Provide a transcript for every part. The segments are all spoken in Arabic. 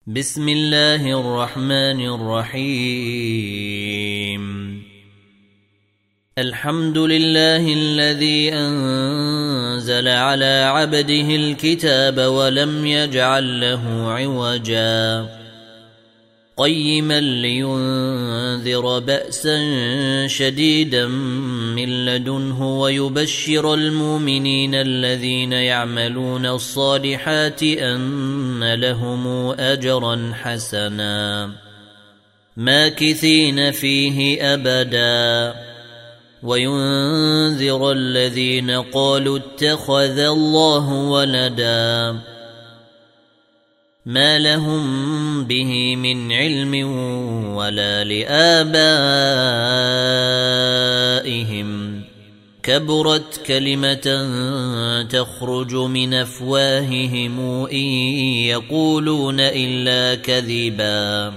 بسم الله الرحمن الرحيم. الحمد لله الذي أنزل على عبده الكتاب ولم يجعل له عوجا قيما لينذر بأسا شديدا من لدنه ويبشر المؤمنين الذين يعملون الصالحات أن لهم أجرا حسنا ماكثين فيه أبدا وينذر الذين قالوا اتخذ الله ولدا ما لهم به من علم ولا لآبائهم كبرت كلمة تخرج من أفواههم إن يقولون إلا كذبا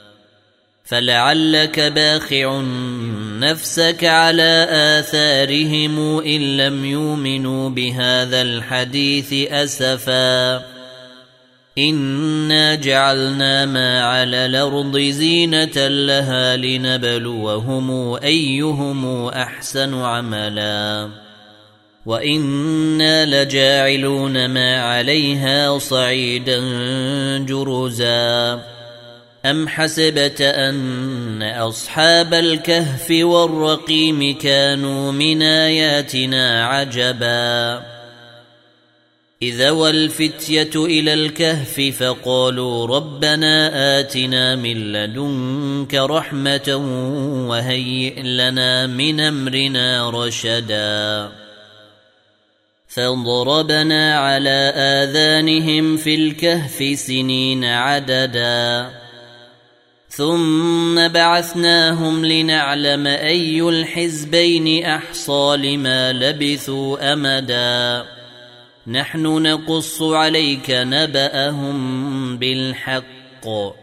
فلعلك باخع نفسك على آثارهم إن لم يؤمنوا بهذا الحديث أسفا إنا جعلنا ما على الأرض زينة لها لنبلوهم أيهم أحسن عملا وإنا لجاعلون ما عليها صعيدا جرزا أم حسبت أن أصحاب الكهف والرقيم كانوا من آياتنا عجبا إذا والفتية إلى الكهف فقالوا ربنا آتنا من لدنك رحمة وهيئ لنا من أمرنا رشدا فضربنا على آذانهم في الكهف سنين عددا ثم بعثناهم لنعلم أي الحزبين أحصى لما لبثوا أمدا نحن نقص عليك نبأهم بالحق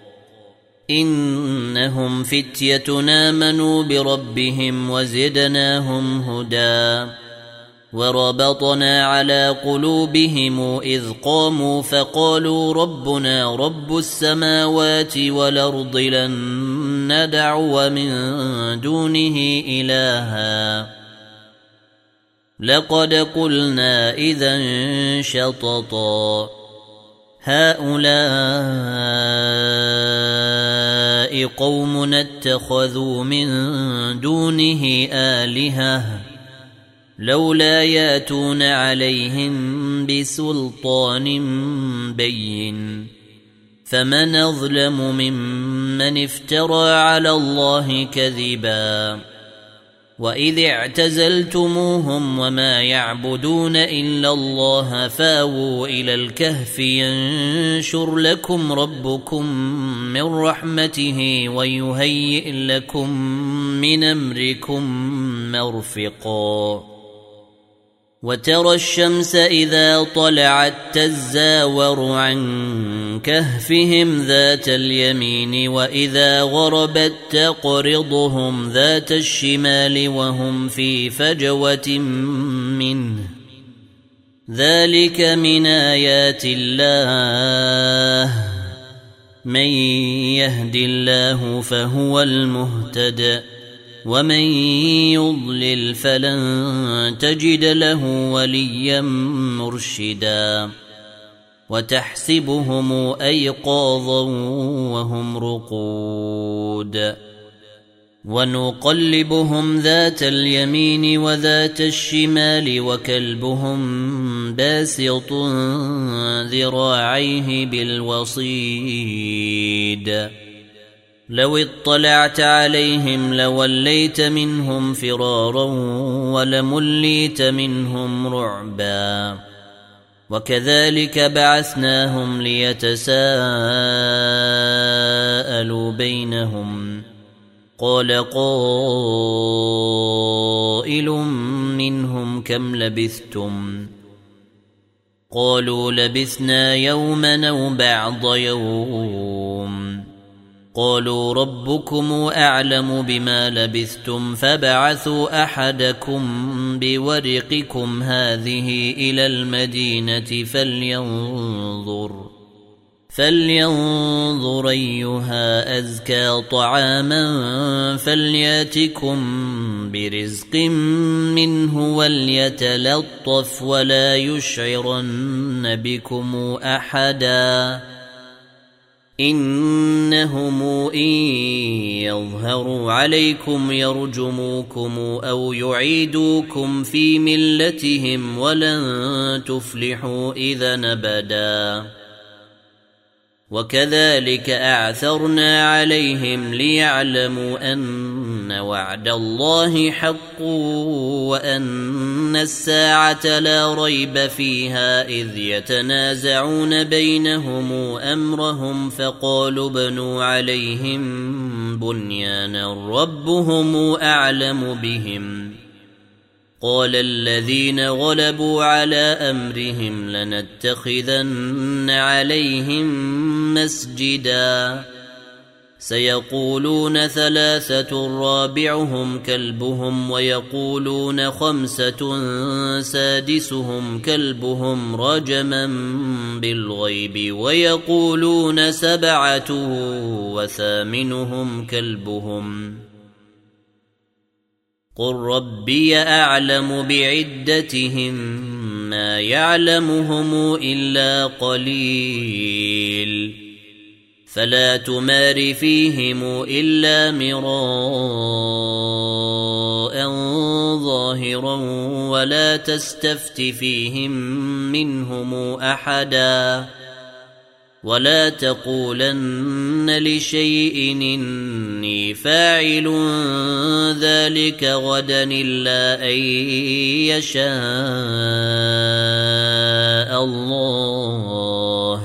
إنهم فتية آمنوا بربهم وزدناهم هدى وربطنا على قلوبهم إذ قاموا فقالوا ربنا رب السماوات والأرض لن ندعو من دونه إلها لقد قلنا إذا شططا هؤلاء قوم اتخذوا من دونه آلهة لولا ياتون عليهم بسلطان بين فمن أظلم ممن افترى على الله كذبا وإذ اعتزلتموهم وما يعبدون إلا الله فاووا إلى الكهف ينشر لكم ربكم من رحمته ويهيئ لكم من أمركم مرفقا وترى الشمس إذا طلعت تزاور عن كهفهم ذات اليمين وإذا غربت تقرضهم ذات الشمال وهم في فجوة منه ذلك من آيات الله من يهد الله فهو المهتد ومن يضلل فلن تجد له وليا مرشدا وتحسبهم أيقاظا وهم رقود ونقلبهم ذات اليمين وذات الشمال وكلبهم باسط ذراعيه بالوصيد لو اطلعت عليهم لوليت منهم فرارا ولمليت منهم رعبا وكذلك بعثناهم ليتساءلوا بينهم قال قائل منهم كم لبثتم قالوا لبثنا يوما أو بعض يوم قالوا ربكم أعلم بما لبثتم فبعثوا أحدكم بورقكم هذه إلى المدينة فلينظر أيها أزكى طعاما فلياتكم برزق منه وليتلطف ولا يشعرن بكم أحدا إنهم إن يظهروا عليكم يرجموكم أو يعيدوكم في ملتهم ولن تفلحوا إذا أبدا وكذلك أعثرنا عليهم ليعلموا أن وعد الله حق وأن الساعة لا ريب فيها إذ يتنازعون بينهم أمرهم فقالوا ابنوا عليهم بنيانا ربهم أعلم بهم قال الذين غلبوا على أمرهم لنتخذن عليهم مسجدا سيقولون ثلاثة رابعهم كلبهم ويقولون خمسة سادسهم كلبهم رجما بالغيب ويقولون سبعة وثامنهم كلبهم قل ربي أعلم بعدتهم ما يعلمهم إلا قليل فلا تمار فيهم إلا مراء ظاهرا ولا تستفت فيهم منهم أحدا ولا تقولن لشيء إني فاعل ذلك غدا إلا أن يشاء الله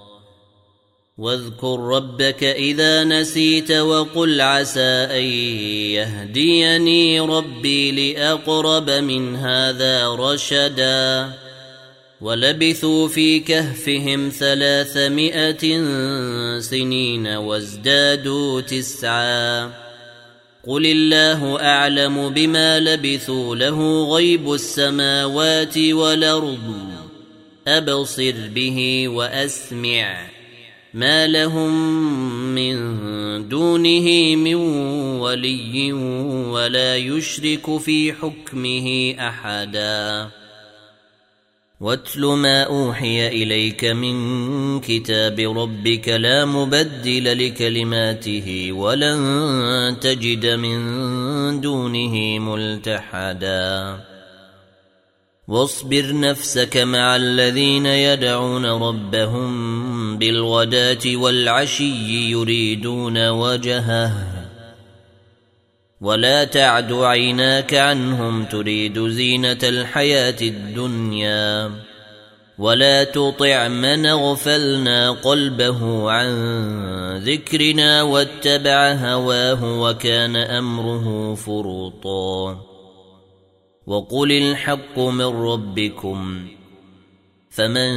واذكر ربك إذا نسيت وقل عسى أن يهديني ربي لأقرب من هذا رشدا ولبثوا في كهفهم 300 سنين وازدادوا 9 قل الله أعلم بما لبثوا له غيب السماوات والأرض أبصر به وأسمع ما لهم من دونه من ولي ولا يشرك في حكمه أحدا واتل ما أوحي إليك من كتاب ربك لا مبدل لكلماته ولن تجد من دونه ملتحدا واصبر نفسك مع الذين يدعون ربهم بالغداة والعشي يريدون وجهه ولا تعد عيناك عنهم تريد زينة الحياة الدنيا ولا تطع من اغفلنا قلبه عن ذكرنا واتبع هواه وكان أمره فرطا وقل الحق من ربكم فمن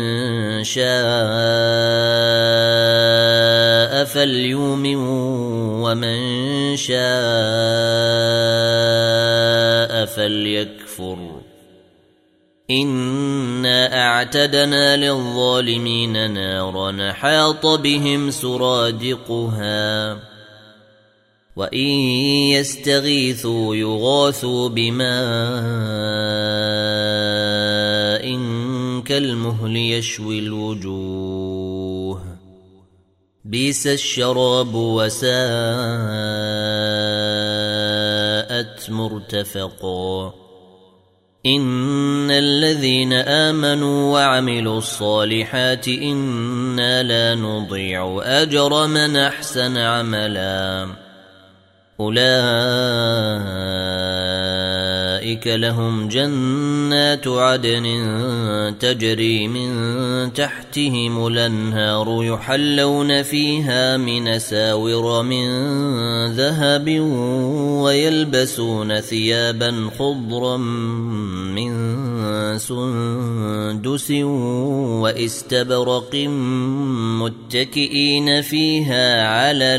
شاء فليؤمن ومن شاء فليكفر إنا أعتدنا للظالمين نارا حاط بهم سرادقها وإن يستغيثوا يغاثوا بماء كالمهل يشوي الوجوه بئس الشراب وساءت مرتفقا إن الذين آمنوا وعملوا الصالحات إنا لا نضيع أجر من أحسن عملا أولئك لهم جنات عدن تجري من تحتهم الأنهار يحلون فيها من ساور من ذهب ويلبسون ثيابا خضرا من سندس واستبرق متكئين فيها على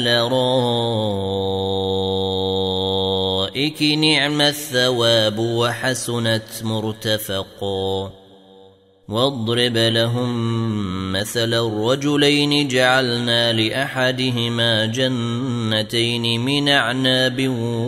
الأرائك نعم الثواب وحسنت مرتفقا واضرب لهم مثلا الرجلين جعلنا لأحدهما جنتين من أعناب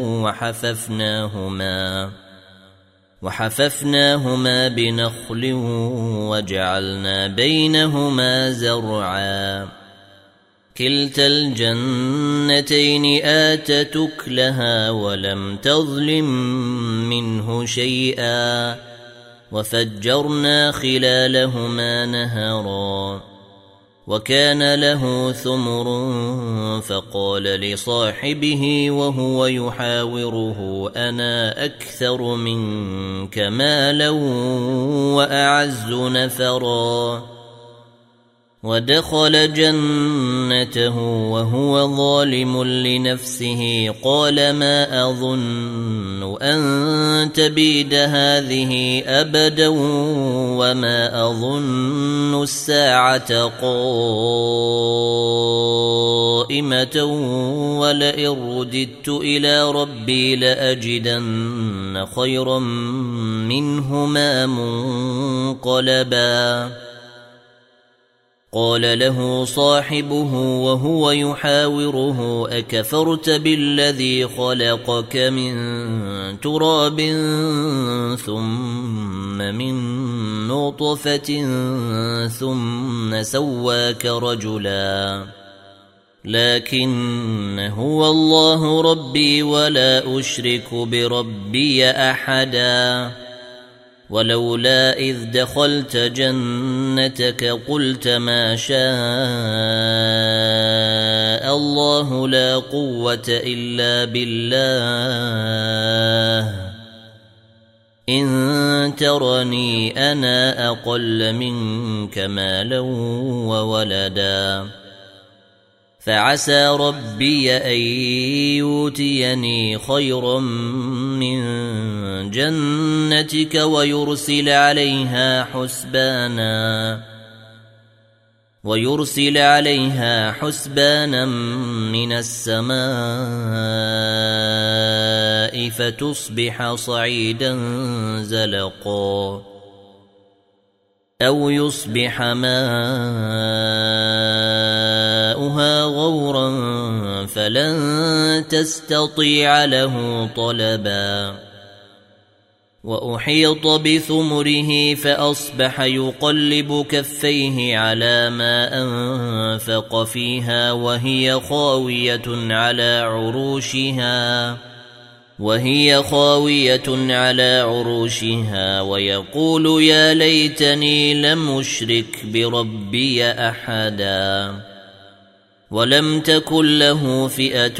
وحففناهما بنخل وجعلنا بينهما زرعا كلتا الجنتين آتت أكلها ولم تظلم منه شيئا وفجرنا خلالهما نهرا وكان له ثمر فقال لصاحبه وهو يحاوره أنا أكثر منك مالا وأعز نفرا ودخل جنته وهو ظالم لنفسه قال ما أظن أن تبيد هذه أبدا وما أظن الساعة قائمة ولئن رددت إلى ربي لأجدن خيرا منهما منقلبا قال له صاحبه وهو يحاوره أكفرت بالذي خلقك من تراب ثم من نطفة ثم سواك رجلا لكن هو الله ربي ولا أشرك بربي أحدا ولولا إذ دخلت جنتك قلت ما شاء الله لا قوة إلا بالله إن ترني أنا أقل منك مالا وولدا فعسى ربي أن يؤتيني خيرا من جنتك ويرسل عليها حسبانا من السماء فتصبح صعيدا زلقا أو يصبح ماؤها غورا فلن تستطيع له طلبا وأحيط بثمره فأصبح يقلب كفيه على ما أنفق فيها وهي خاوية على عروشها ويقول يا ليتني لم أشرك بربي أحدا ولم تكن له فئة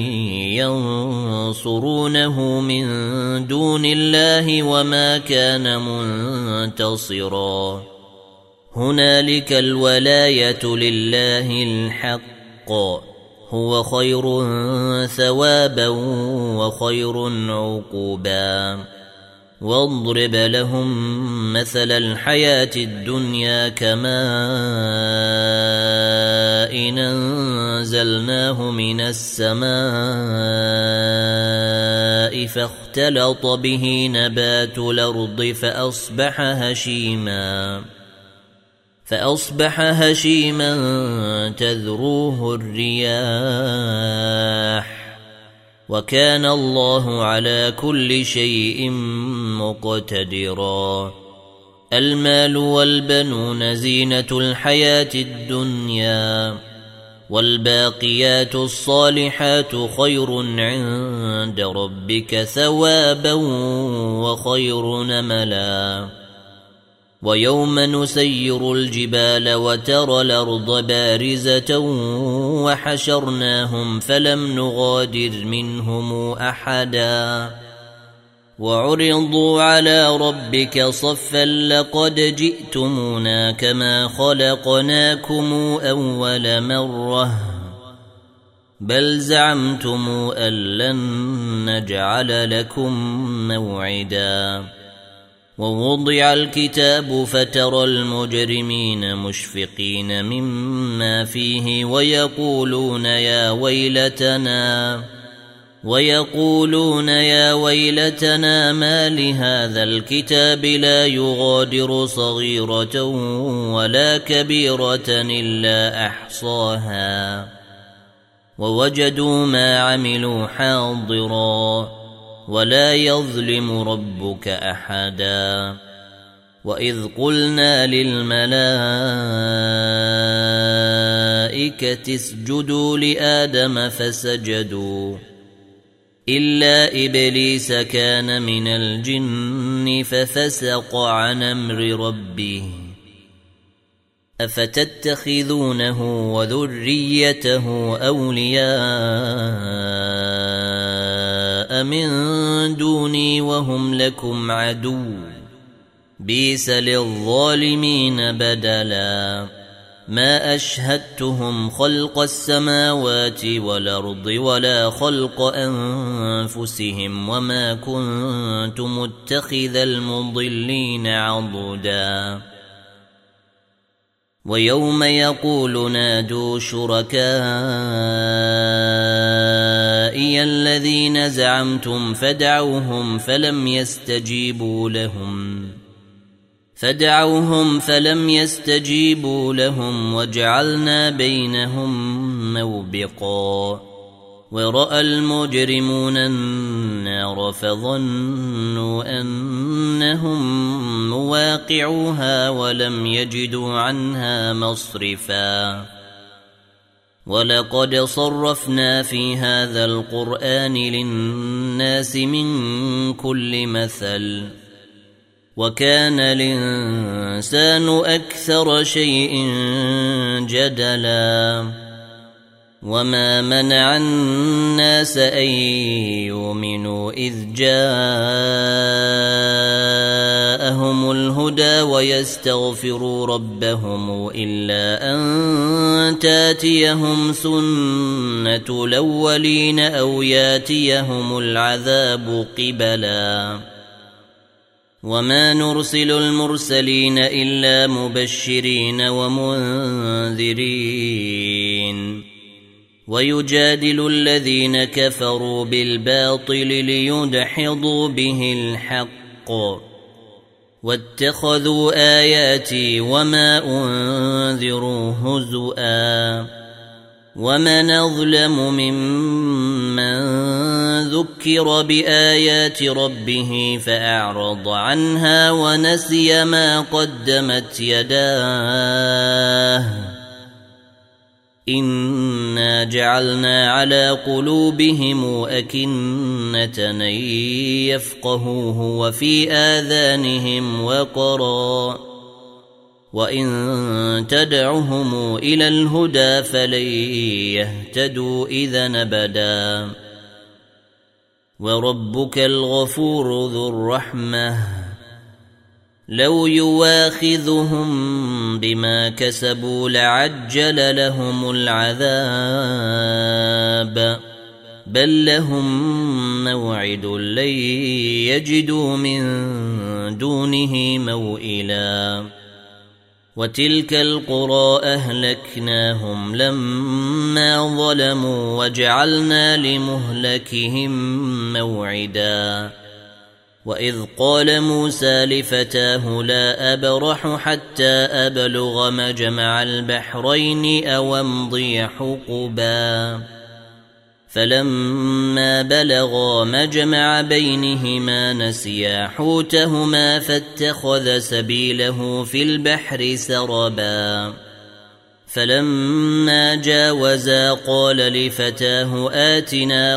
ينصرونه من دون الله وما كان منتصرا هنالك الولاية لله الحق هو خير ثوابا وخير عقوبا واضرب لهم مثل الحياة الدنيا كماء أنزلناه من السماء فاختلط به نبات الأرض فأصبح هشيما تذروه الرياح وكان الله على كل شيء مقتدرا المال والبنون زينة الحياة الدنيا والباقيات الصالحات خير عند ربك ثوابا وخير نملا ويوم نسير الجبال وترى الأرض بارزة وحشرناهم فلم نغادر منهم أحدا وعرضوا على ربك صفا لقد جئتمونا كما خلقناكم أول مرة بل زعمتم أن لن نجعل لكم موعدا ووضع الكتاب فترى المجرمين مشفقين مما فيه ويقولون ويقولون يا ويلتنا ما لهذا الكتاب لا يغادر صغيرة ولا كبيرة إلا أحصاها ووجدوا ما عملوا حاضرا ولا يظلم ربك أحدا وإذ قلنا للملائكة اسجدوا لآدم فسجدوا إلا إبليس كان من الجن ففسق عن أمر ربه أفتتخذونه وذريته أولياء من دوني وهم لكم عدو بئس للظالمين بدلا ما أشهدتهم خلق السماوات والأرض ولا خلق أنفسهم وما كنت متخذ المضلين عضدا ويوم يقول نادوا شركائي الذين زعمتم فدعوهم فلم يستجيبوا لهم وجعلنا بينهم موبقا ورأى المجرمون النار فظنوا أنهم مواقعوها ولم يجدوا عنها مصرفا ولقد صرفنا في هذا القرآن للناس من كل مثل وكان الإنسان أكثر شيء جدلا وما منع الناس أن يؤمنوا إذ جاءهم الهدى ويستغفروا ربهم إلا أن تاتيهم سنة الأولين أو ياتيهم العذاب قبلا وما نرسل المرسلين إلا مبشرين ومنذرين ويجادل الذين كفروا بالباطل ليدحضوا به الحق واتخذوا آياتي وما أنذروا هزؤا ومن أظلم ممن ذكر بآيات ربه فأعرض عنها ونسي ما قدمت يداه إنا جعلنا على قلوبهم أكنة أن يفقهوه وفي آذانهم وقرا وإن تدعهم إلى الهدى فلن يهتدوا إذا أبدا وربك الغفور ذو الرحمة لو يواخذهم بما كسبوا لعجل لهم العذاب بل لهم موعد لن يجدوا من دونه موئلا وتلك القرى أهلكناهم لما ظلموا وجعلنا لمهلكهم موعدا وإذ قال موسى لفتاه لا أبرح حتى أبلغ مجمع البحرين أو أمضي حقبا فلما بلغا مجمع بينهما نسيا حوتهما فاتخذ سبيله في البحر سربا فلما جاوزا قال لفتاه آتنا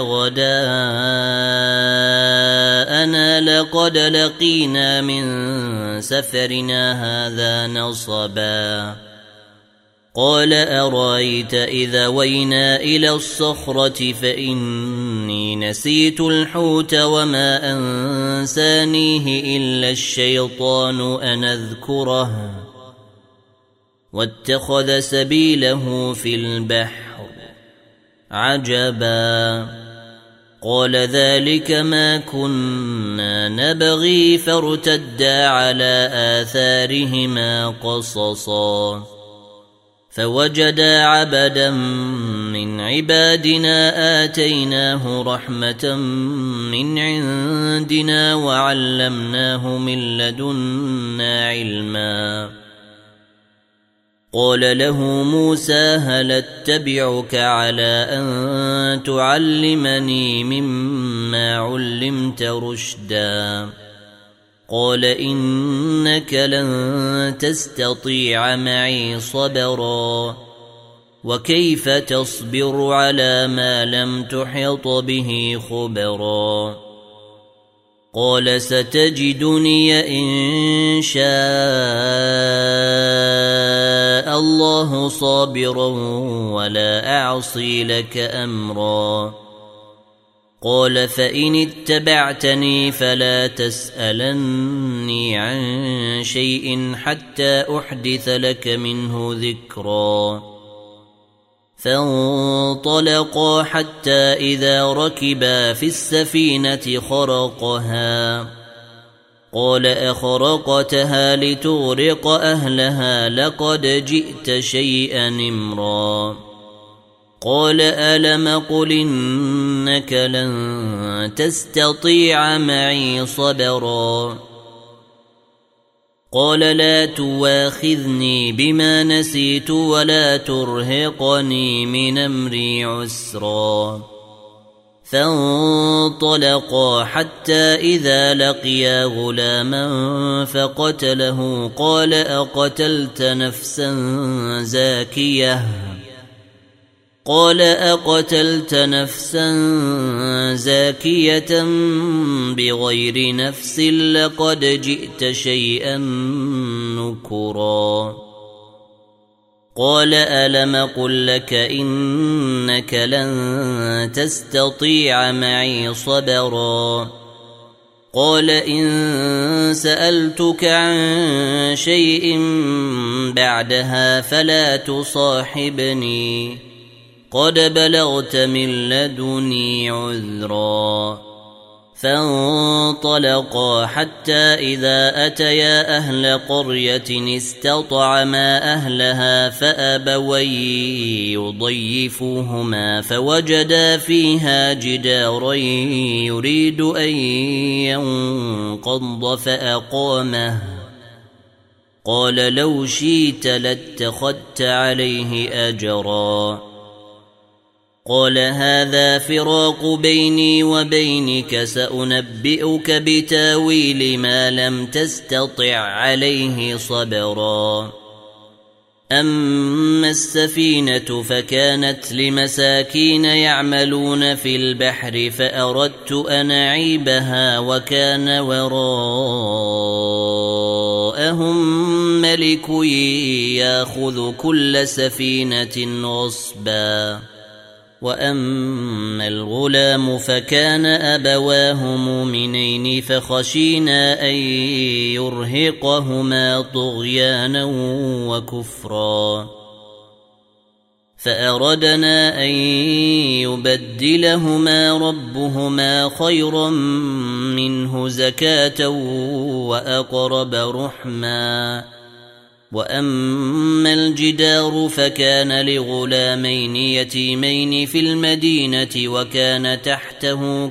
غداءنا لقد لقينا من سفرنا هذا نصبا قال أرأيت إذا وينا إلى الصخرة فإني نسيت الحوت وما أنسانيه إلا الشيطان أن أذكره واتخذ سبيله في البحر عجبا قال ذلك ما كنا نبغي فارتدا على آثارهما قصصا فوجدا عبدا من عبادنا آتيناه رحمة من عندنا وعلمناه من لدنا علما. قال له موسى هل اتبعك على أن تعلمني مما علمت رشدا؟ قال إنك لن تستطيع معي صبرا وكيف تصبر على ما لم تحط به خبرا؟ قال ستجدني إن شاء الله صابرا ولا أعصي لك أمرا. قال فإن اتبعتني فلا تسألني عن شيء حتى أحدث لك منه ذكرا. فانطلقا حتى إذا ركبا في السفينة خرقها. قال أخرقتها لتغرق أهلها لقد جئت شيئا إمرا. قال ألم قل إنك لن تستطيع معي صبرا؟ قال لا تواخذني بما نسيت ولا ترهقني من أمري عسرا. فانطلقا حتى إذا لقيا غلاما فقتله. قال أقتلت نفسا زاكية بغير نفس لقد جئت شيئا نكرا. قال ألم قل لك إنك لن تستطيع معي صبرا؟ قال إن سألتك عن شيء بعدها فلا تصاحبني قد بلغت من لدني عذرا. فانطلقا حتى إذا أتيا أهل قرية استطعما أهلها فأبوا يضيفوهما فوجدا فيها جدارا يريد أن ينقض فأقامه. قال لو شئت لاتخذت عليه أجرا. قال هذا فراق بيني وبينك سأنبئك بتاويل ما لم تستطع عليه صبرا. أما السفينة فكانت لمساكين يعملون في البحر فأردت أن أعيبها وكان وراءهم ملك يأخذ كل سفينة غصبا. وأما الغلام فكان أبواه مؤمنين فخشينا أن يرهقهما طغيانا وكفرا فأردنا أن يبدلهما ربهما خيرا منه زكاة وأقرب رحما. وأما الجدار فكان لغلامين يتيمين في المدينة وكان تحته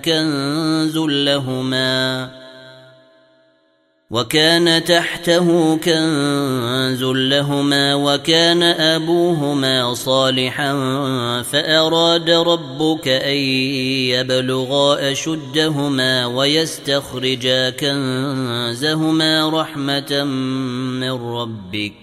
كنز لهما وكان أبوهما صالحا فأراد ربك أن يبلغا أشدهما ويستخرجا كنزهما رحمة من ربك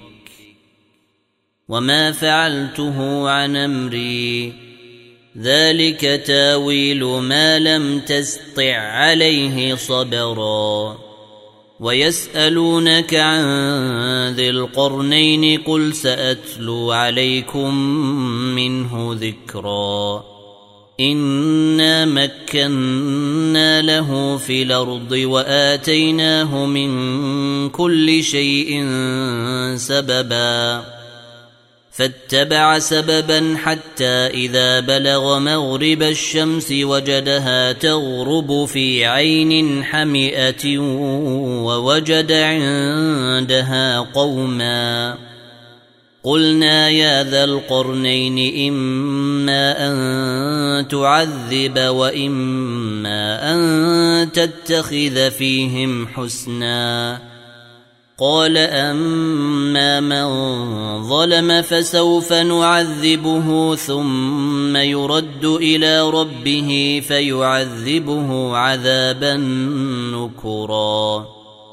وما فعلته عن أمري ذلك تاويل ما لم تسطع عليه صبرا. ويسألونك عن ذي القرنين قل سأتلو عليكم منه ذكرا. إنا مكنا له في الأرض وآتيناه من كل شيء سببا فاتبع سببا حتى إذا بلغ مغرب الشمس وجدها تغرب في عين حمئة ووجد عندها قوما قلنا يا ذا القرنين إما أن تعذب وإما أن تتخذ فيهم حسنا قال أما من ظلم فسوف نعذبه ثم يرد إلى ربه فيعذبه عذابا نكرا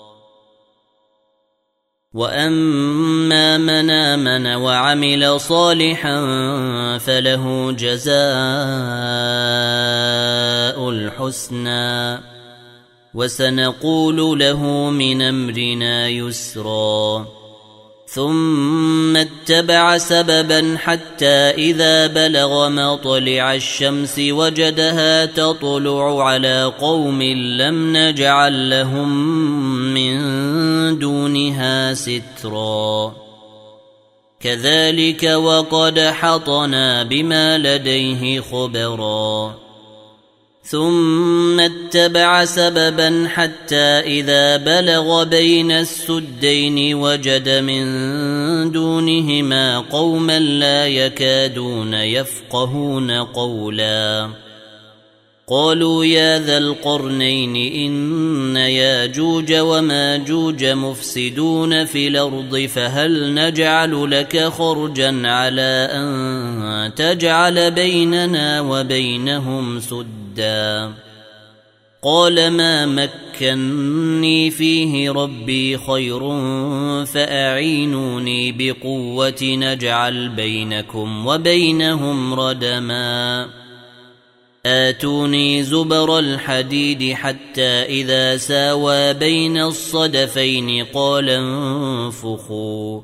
وأما من آمن وعمل صالحا فله جزاء الحسنى وسنقول له من أمرنا يسرا ثم اتبع سببا حتى إذا بلغ مطلع الشمس وجدها تطلع على قوم لم نجعل لهم من دونها سترا كذلك وقد حطنا بما لديه خبرا ثم اتبع سببا حتى إذا بلغ بين السدين وجد من دونهما قوما لا يكادون يفقهون قولا قالوا يا ذا القرنين إن ياجوج وماجوج مفسدون في الأرض فهل نجعل لك خرجا على أن تجعل بيننا وبينهم سدا قال ما مكني فيه ربي خير فأعينوني بقوة نجعل بينكم وبينهم ردما آتوني زبر الحديد حتى إذا ساوى بين الصدفين قال انفخوا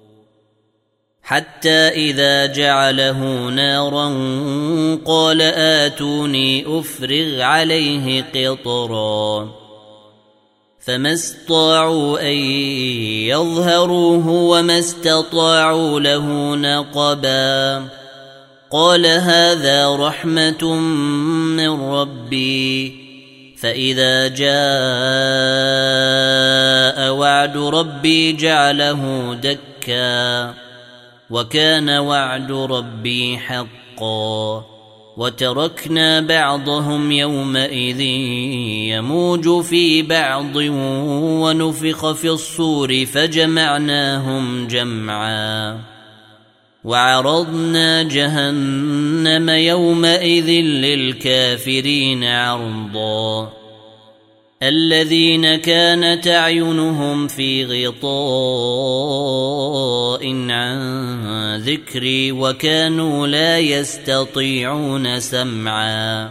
حتى إذا جعله نارا قال آتوني أفرغ عليه قطرا فما استطاعوا أن يظهروه وما استطاعوا له نقبا قال هذا رحمة من ربي فإذا جاء وعد ربي جعله دكا وكان وعد ربي حقا وتركنا بعضهم يومئذ يموج في بعض ونفخ في الصور فجمعناهم جمعا وعرضنا جهنم يومئذ للكافرين عرضا الذين كانت أعينهم في غطاء عن ذكري وكانوا لا يستطيعون سمعا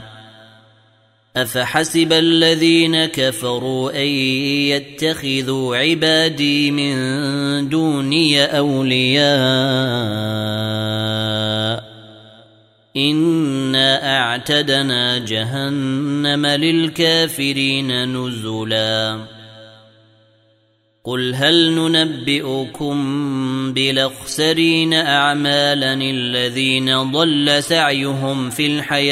أفحسب الذين كفروا أن يتخذوا عبادي من دوني أولياء إنا أعتدنا جهنم للكافرين نزلا قل هل ننبئكم بالأخسرين أعمالا الذين ضل سعيهم في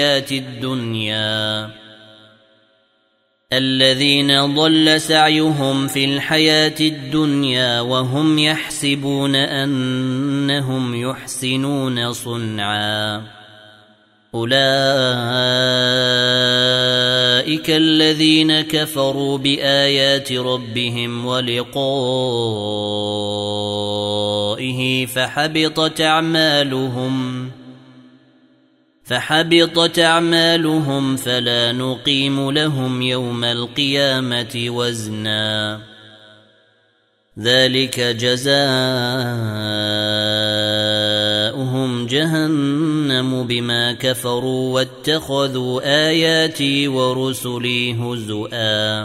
الحياة الدنيا وهم يحسبون أنهم يحسنون صنعا أولئك الذين كفروا بآيات ربهم ولقائه فحبطت أعمالهم فلا نقيم لهم يوم القيامة وزنا ذلك جزاؤهم جهنم بما كفروا واتخذوا آياتي ورسلي هزؤا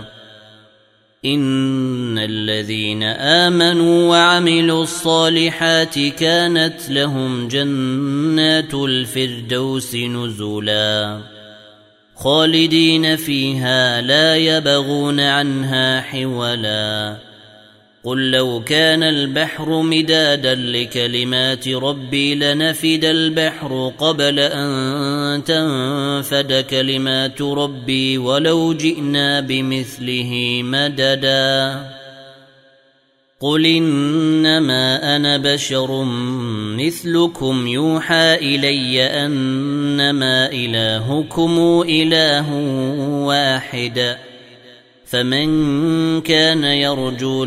إن الذين آمنوا وعملوا الصالحات كانت لهم جنات الفردوس نزلا خالدين فيها لا يبغون عنها حولا قل لو كان البحر مدادا لكلمات ربي لنفد البحر قبل أن تنفد كلمات ربي ولو جئنا بمثله مددا قل إنما أنا بشر مثلكم يوحى إلي أنما إلهكم إله واحد فمن كان يرجو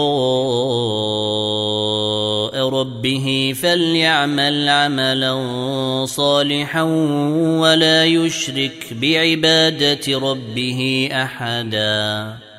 لقاء ربه فليعمل عملا صالحا ولا يشرك بعبادة ربه أحدا